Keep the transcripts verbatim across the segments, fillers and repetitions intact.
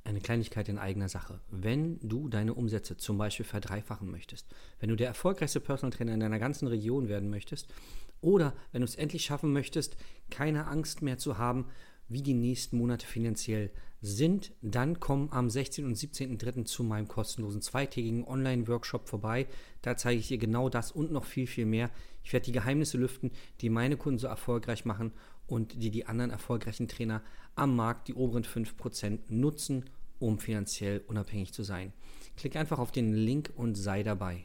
Eine Kleinigkeit in eigener Sache. Wenn du deine Umsätze zum Beispiel verdreifachen möchtest, wenn du der erfolgreichste Personal Trainer in deiner ganzen Region werden möchtest oder wenn du es endlich schaffen möchtest, keine Angst mehr zu haben, wie die nächsten Monate finanziell sind, dann komm am sechzehnten und siebzehnten dritten zu meinem kostenlosen zweitägigen Online-Workshop vorbei. Da zeige ich dir genau das und noch viel, viel mehr. Ich werde die Geheimnisse lüften, die meine Kunden so erfolgreich machen und die die anderen erfolgreichen Trainer am Markt, die oberen fünf Prozent, nutzen, um finanziell unabhängig zu sein. Klick einfach auf den Link und sei dabei.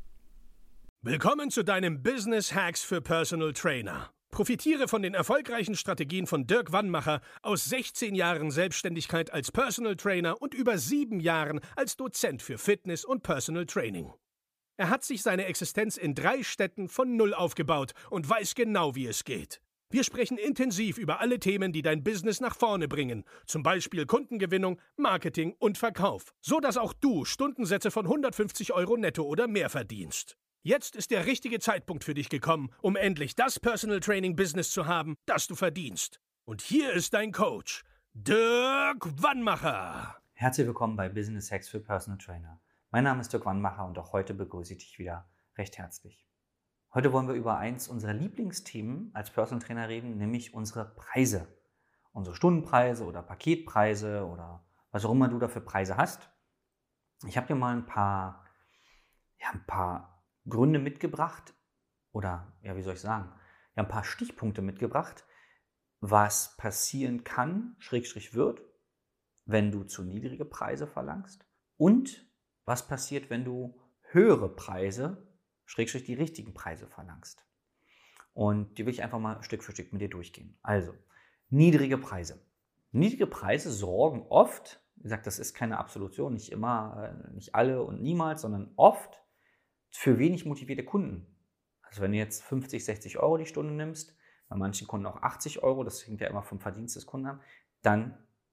Willkommen zu deinem Business Hacks für Personal Trainer. Profitiere von den erfolgreichen Strategien von Dirk Wannmacher aus sechzehn Jahren Selbstständigkeit als Personal Trainer und über sieben Jahren als Dozent für Fitness und Personal Training. Er hat sich seine Existenz in drei Städten von Null aufgebaut und weiß genau, wie es geht. Wir sprechen intensiv über alle Themen, die dein Business nach vorne bringen, zum Beispiel Kundengewinnung, Marketing und Verkauf, so dass auch du Stundensätze von hundertfünfzig Euro netto oder mehr verdienst. Jetzt ist der richtige Zeitpunkt für dich gekommen, um endlich das Personal Training Business zu haben, das du verdienst. Und hier ist dein Coach, Dirk Wannmacher. Herzlich willkommen bei Business Hacks für Personal Trainer. Mein Name ist Dirk Wannmacher und auch heute begrüße ich dich wieder recht herzlich. Heute wollen wir über eins unserer Lieblingsthemen als Personal Trainer reden, nämlich unsere Preise. Unsere Stundenpreise oder Paketpreise oder was auch immer du da für Preise hast. Ich habe dir mal ein paar, ja, ein paar Gründe mitgebracht oder, ja, wie soll ich sagen, ja, ein paar Stichpunkte mitgebracht, was passieren kann, Schrägstrich wird, wenn du zu niedrige Preise verlangst und was passiert, wenn du höhere Preise, Schrägstrich die richtigen Preise verlangst. Und die will ich einfach mal Stück für Stück mit dir durchgehen. Also, niedrige Preise. Niedrige Preise sorgen oft, wie gesagt, das ist keine Absolution, nicht immer, nicht alle und niemals, sondern oft für wenig motivierte Kunden. Also wenn du jetzt fünfzig, sechzig Euro die Stunde nimmst, bei manchen Kunden auch achtzig Euro, das hängt ja immer vom Verdienst des Kunden ab, dann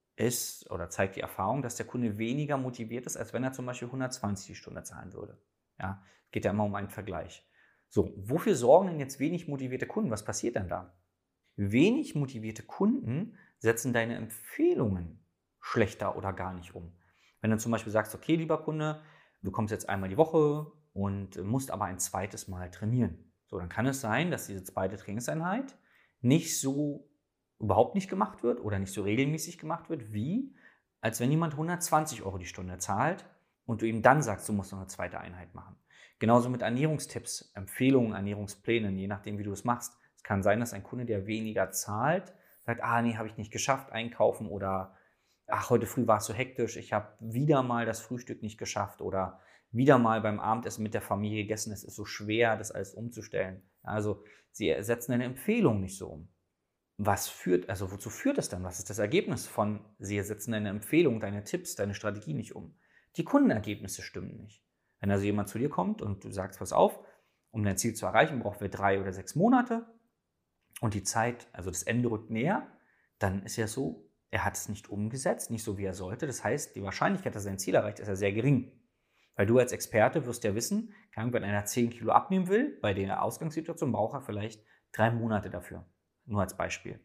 ist oder zeigt die Erfahrung, dass der Kunde weniger motiviert ist, als wenn er zum Beispiel hundertzwanzig die Stunde zahlen würde. Ja, geht ja immer um einen Vergleich. So, wofür sorgen denn jetzt wenig motivierte Kunden? Was passiert denn da? Wenig motivierte Kunden setzen deine Empfehlungen schlechter oder gar nicht um. Wenn du zum Beispiel sagst, okay, lieber Kunde, du kommst jetzt einmal die Woche und musst aber ein zweites Mal trainieren. So, dann kann es sein, dass diese zweite Trainingseinheit nicht so, überhaupt nicht gemacht wird oder nicht so regelmäßig gemacht wird, wie als wenn jemand hundertzwanzig Euro die Stunde zahlt und du ihm dann sagst, du musst noch eine zweite Einheit machen. Genauso mit Ernährungstipps, Empfehlungen, Ernährungsplänen, je nachdem, wie du es machst. Es kann sein, dass ein Kunde, der weniger zahlt, sagt, ah nee, habe ich nicht geschafft, einkaufen oder ach, heute früh war es so hektisch, ich habe wieder mal das Frühstück nicht geschafft oder wieder mal beim Abendessen mit der Familie gegessen, es ist so schwer, das alles umzustellen. Also sie setzen eine Empfehlung nicht so um. Was führt, also wozu führt das dann? Was ist das Ergebnis von, sie setzen deine Empfehlung, deine Tipps, deine Strategie nicht um? Die Kundenergebnisse stimmen nicht. Wenn also jemand zu dir kommt und du sagst, pass auf, um dein Ziel zu erreichen, brauchen wir drei oder sechs Monate und die Zeit, also das Ende rückt näher, dann ist ja so, er hat es nicht umgesetzt, nicht so wie er sollte. Das heißt, die Wahrscheinlichkeit, dass er sein Ziel erreicht, ist ja sehr gering. Weil du als Experte wirst ja wissen, wenn einer zehn Kilo abnehmen will, bei der Ausgangssituation braucht er vielleicht drei Monate dafür. Nur als Beispiel.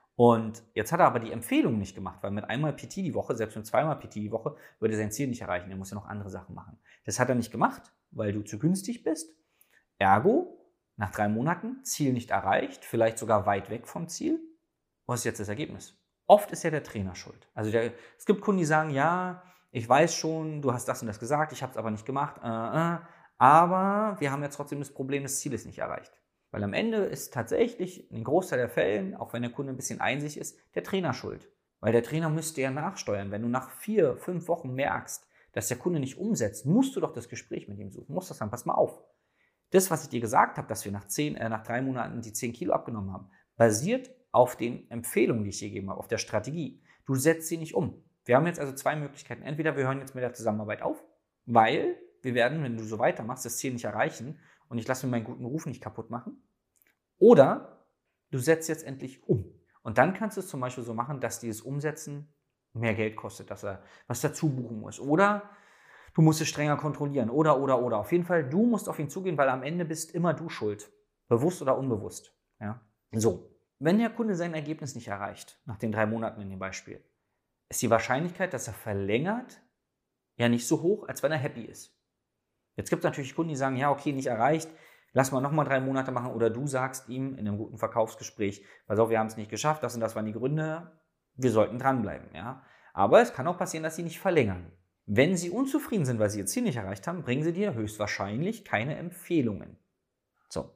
Und jetzt hat er aber die Empfehlung nicht gemacht, weil mit einmal P T die Woche, selbst mit zweimal P T die Woche, würde er sein Ziel nicht erreichen. Er muss ja noch andere Sachen machen. Das hat er nicht gemacht, weil du zu günstig bist. Ergo, nach drei Monaten, Ziel nicht erreicht, vielleicht sogar weit weg vom Ziel. Was ist jetzt das Ergebnis? Oft ist ja der Trainer schuld. Also der, es gibt Kunden, die sagen, ja, ich weiß schon, du hast das und das gesagt, ich habe es aber nicht gemacht, äh, äh, aber wir haben ja trotzdem das Problem, das Ziel ist nicht erreicht. Weil am Ende ist tatsächlich in den Großteil der Fällen, auch wenn der Kunde ein bisschen einsichtig ist, der Trainer schuld. Weil der Trainer müsste ja nachsteuern. Wenn du nach vier, fünf Wochen merkst, dass der Kunde nicht umsetzt, musst du doch das Gespräch mit ihm suchen. Musst das sagen, pass mal auf. Das, was ich dir gesagt habe, dass wir nach, zehn, äh, nach drei Monaten die zehn Kilo abgenommen haben, basiert auf den Empfehlungen, die ich dir gegeben habe, auf der Strategie. Du setzt sie nicht um. Wir haben jetzt also zwei Möglichkeiten. Entweder wir hören jetzt mit der Zusammenarbeit auf, weil wir werden, wenn du so weitermachst, das Ziel nicht erreichen und ich lasse mir meinen guten Ruf nicht kaputt machen. Oder du setzt jetzt endlich um. Und dann kannst du es zum Beispiel so machen, dass dieses Umsetzen mehr Geld kostet, dass er was dazu buchen muss. Oder du musst es strenger kontrollieren. Oder, oder, oder. Auf jeden Fall, du musst auf ihn zugehen, weil am Ende bist immer du schuld. Bewusst oder unbewusst. Ja? So, wenn der Kunde sein Ergebnis nicht erreicht, nach den drei Monaten in dem Beispiel, ist die Wahrscheinlichkeit, dass er verlängert, ja nicht so hoch, als wenn er happy ist. Jetzt gibt es natürlich Kunden, die sagen, ja, okay, nicht erreicht, lass mal nochmal drei Monate machen, oder du sagst ihm in einem guten Verkaufsgespräch, pass auf, wir haben es nicht geschafft, das und das waren die Gründe, wir sollten dranbleiben. Ja? Aber es kann auch passieren, dass sie nicht verlängern. Wenn sie unzufrieden sind, weil sie ihr Ziel nicht erreicht haben, bringen sie dir höchstwahrscheinlich keine Empfehlungen. So.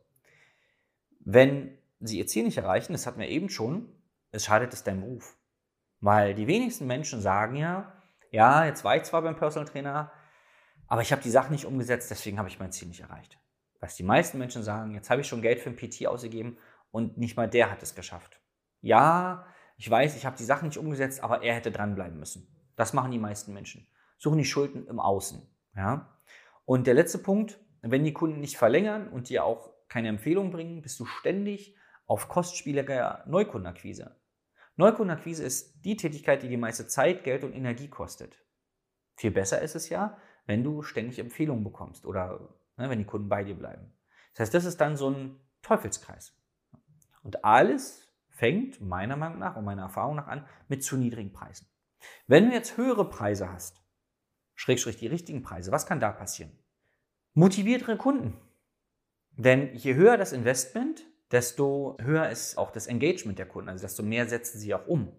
Wenn sie ihr Ziel nicht erreichen, das hatten wir eben schon, es schadet es deinem Ruf. Weil die wenigsten Menschen sagen ja, ja, jetzt war ich zwar beim Personal Trainer, aber ich habe die Sache nicht umgesetzt, deswegen habe ich mein Ziel nicht erreicht. Was die meisten Menschen sagen, jetzt habe ich schon Geld für einen P T ausgegeben und nicht mal der hat es geschafft. Ja, ich weiß, ich habe die Sache nicht umgesetzt, aber er hätte dranbleiben müssen. Das machen die meisten Menschen. Suchen die Schulden im Außen. Ja? Und der letzte Punkt, wenn die Kunden nicht verlängern und dir auch keine Empfehlung bringen, bist du ständig auf kostspieliger Neukundenakquise. Neukundenakquise ist die Tätigkeit, die die meiste Zeit, Geld und Energie kostet. Viel besser ist es ja, wenn du ständig Empfehlungen bekommst oder ne, wenn die Kunden bei dir bleiben. Das heißt, das ist dann so ein Teufelskreis. Und alles fängt meiner Meinung nach und meiner Erfahrung nach an mit zu niedrigen Preisen. Wenn du jetzt höhere Preise hast, Schrägstrich die richtigen Preise, was kann da passieren? Motiviertere Kunden. Denn je höher das Investment, desto höher ist auch das Engagement der Kunden, also desto mehr setzen sie auch um.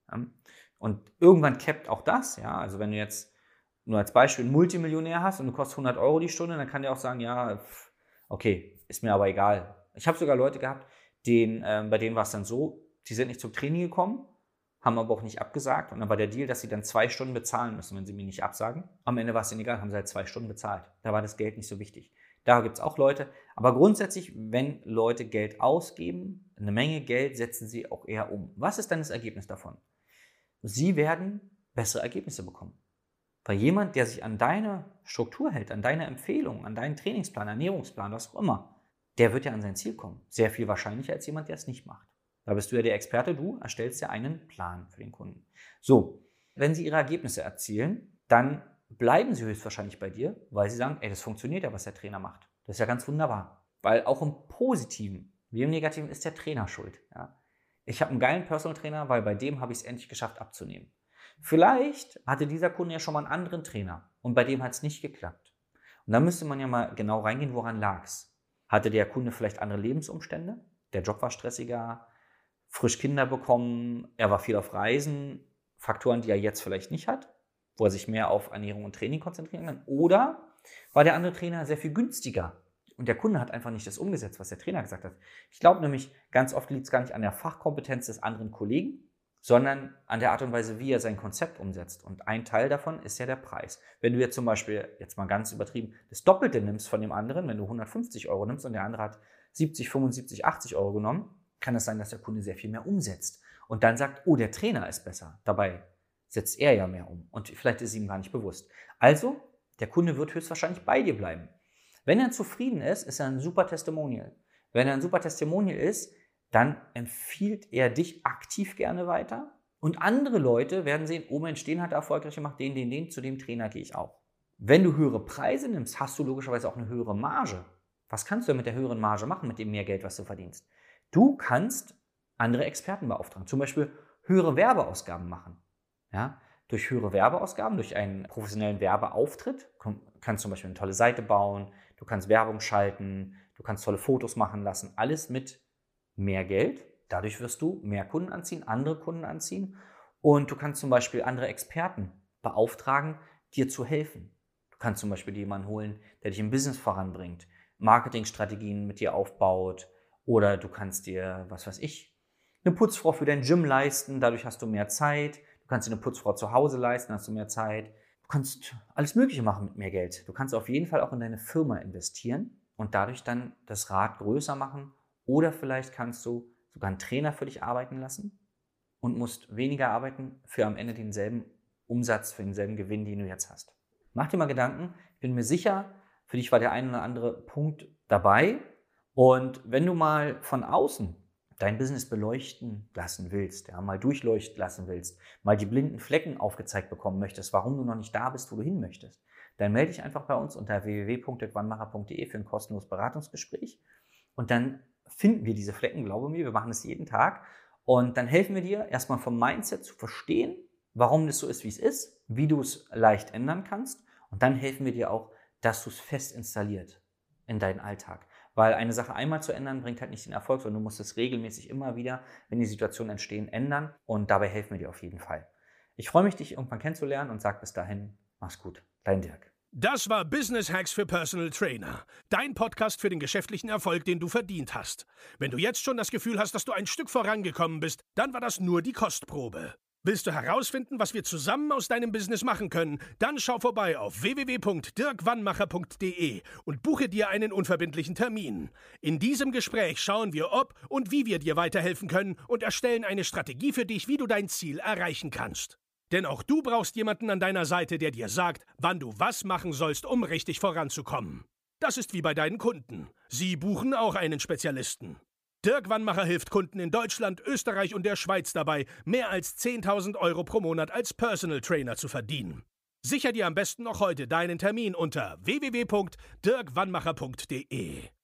Und irgendwann cappt auch das, ja, also wenn du jetzt nur als Beispiel einen Multimillionär hast und du kostest hundert Euro die Stunde, dann kann der auch sagen, ja, okay, ist mir aber egal. Ich habe sogar Leute gehabt, denen, äh, bei denen war es dann so, die sind nicht zum Training gekommen, haben aber auch nicht abgesagt und dann war der Deal, dass sie dann zwei Stunden bezahlen müssen, wenn sie mir nicht absagen. Am Ende war es ihnen egal, haben sie halt zwei Stunden bezahlt. Da war das Geld nicht so wichtig. Da gibt es auch Leute, aber grundsätzlich, wenn Leute Geld ausgeben, eine Menge Geld, setzen sie auch eher um. Was ist dann das Ergebnis davon? Sie werden bessere Ergebnisse bekommen. Weil jemand, der sich an deine Struktur hält, an deine Empfehlungen, an deinen Trainingsplan, Ernährungsplan, was auch immer, der wird ja an sein Ziel kommen. Sehr viel wahrscheinlicher als jemand, der es nicht macht. Da bist du ja der Experte, du erstellst ja einen Plan für den Kunden. So, wenn sie ihre Ergebnisse erzielen, dann bleiben sie höchstwahrscheinlich bei dir, weil sie sagen, ey, das funktioniert ja, was der Trainer macht. Das ist ja ganz wunderbar. Weil auch im Positiven wie im Negativen ist der Trainer schuld. Ja? Ich habe einen geilen Personal Trainer, weil bei dem habe ich es endlich geschafft abzunehmen. Vielleicht hatte dieser Kunde ja schon mal einen anderen Trainer und bei dem hat es nicht geklappt. Und da müsste man ja mal genau reingehen, woran lag es. Hatte der Kunde vielleicht andere Lebensumstände? Der Job war stressiger, frisch Kinder bekommen, er war viel auf Reisen, Faktoren, die er jetzt vielleicht nicht hat, wo er sich mehr auf Ernährung und Training konzentrieren kann. Oder war der andere Trainer sehr viel günstiger und der Kunde hat einfach nicht das umgesetzt, was der Trainer gesagt hat. Ich glaube nämlich, ganz oft liegt es gar nicht an der Fachkompetenz des anderen Kollegen, sondern an der Art und Weise, wie er sein Konzept umsetzt. Und ein Teil davon ist ja der Preis. Wenn du jetzt zum Beispiel, jetzt mal ganz übertrieben, das Doppelte nimmst von dem anderen, wenn du hundertfünfzig Euro nimmst und der andere hat siebzig, fünfundsiebzig, achtzig Euro genommen, kann es sein, dass der Kunde sehr viel mehr umsetzt. Und dann sagt, oh, der Trainer ist besser. Dabei setzt er ja mehr um. Und vielleicht ist es ihm gar nicht bewusst. Also, der Kunde wird höchstwahrscheinlich bei dir bleiben. Wenn er zufrieden ist, ist er ein super Testimonial. Wenn er ein super Testimonial ist, dann empfiehlt er dich aktiv gerne weiter. Und andere Leute werden sehen, oh Mensch, den hat er erfolgreich gemacht, den, den, den, zu dem Trainer gehe ich auch. Wenn du höhere Preise nimmst, hast du logischerweise auch eine höhere Marge. Was kannst du mit der höheren Marge machen, mit dem mehr Geld, was du verdienst? Du kannst andere Experten beauftragen, zum Beispiel höhere Werbeausgaben machen. Ja? Durch höhere Werbeausgaben, durch einen professionellen Werbeauftritt, kannst du zum Beispiel eine tolle Seite bauen, du kannst Werbung schalten, du kannst tolle Fotos machen lassen, alles mit mehr Geld. Dadurch wirst du mehr Kunden anziehen, andere Kunden anziehen und du kannst zum Beispiel andere Experten beauftragen, dir zu helfen. Du kannst zum Beispiel jemanden holen, der dich im Business voranbringt, Marketingstrategien mit dir aufbaut oder du kannst dir, was weiß ich, eine Putzfrau für dein Gym leisten, dadurch hast du mehr Zeit. Du kannst dir eine Putzfrau zu Hause leisten, hast du mehr Zeit. Du kannst alles Mögliche machen mit mehr Geld. Du kannst auf jeden Fall auch in deine Firma investieren und dadurch dann das Rad größer machen. Oder vielleicht kannst du sogar einen Trainer für dich arbeiten lassen und musst weniger arbeiten für am Ende denselben Umsatz, für denselben Gewinn, den du jetzt hast. Mach dir mal Gedanken. Ich bin mir sicher, für dich war der ein oder andere Punkt dabei. Und wenn du mal von außen dein Business beleuchten lassen willst, ja, mal durchleuchten lassen willst, mal die blinden Flecken aufgezeigt bekommen möchtest, warum du noch nicht da bist, wo du hin möchtest, dann melde dich einfach bei uns unter w w w punkt dirk wannmacher punkt de für ein kostenloses Beratungsgespräch und dann finden wir diese Flecken, glaube mir, wir machen es jeden Tag und dann helfen wir dir erstmal vom Mindset zu verstehen, warum das so ist, wie es ist, wie du es leicht ändern kannst und dann helfen wir dir auch, dass du es fest installiert in deinen Alltag. Weil eine Sache einmal zu ändern, bringt halt nicht den Erfolg, sondern du musst es regelmäßig immer wieder, wenn die Situationen entstehen, ändern und dabei helfen wir dir auf jeden Fall. Ich freue mich, dich irgendwann kennenzulernen und sag bis dahin, mach's gut. Dein Dirk. Das war Business Hacks für Personal Trainer. Dein Podcast für den geschäftlichen Erfolg, den du verdient hast. Wenn du jetzt schon das Gefühl hast, dass du ein Stück vorangekommen bist, dann war das nur die Kostprobe. Willst du herausfinden, was wir zusammen aus deinem Business machen können? Dann schau vorbei auf w w w punkt dirk wannmacher punkt d e und buche dir einen unverbindlichen Termin. In diesem Gespräch schauen wir, ob und wie wir dir weiterhelfen können und erstellen eine Strategie für dich, wie du dein Ziel erreichen kannst. Denn auch du brauchst jemanden an deiner Seite, der dir sagt, wann du was machen sollst, um richtig voranzukommen. Das ist wie bei deinen Kunden. Sie buchen auch einen Spezialisten. Dirk Wannmacher hilft Kunden in Deutschland, Österreich und der Schweiz dabei, mehr als zehntausend Euro pro Monat als Personal Trainer zu verdienen. Sicher dir am besten noch heute deinen Termin unter w w w punkt dirk wannmacher punkt d e.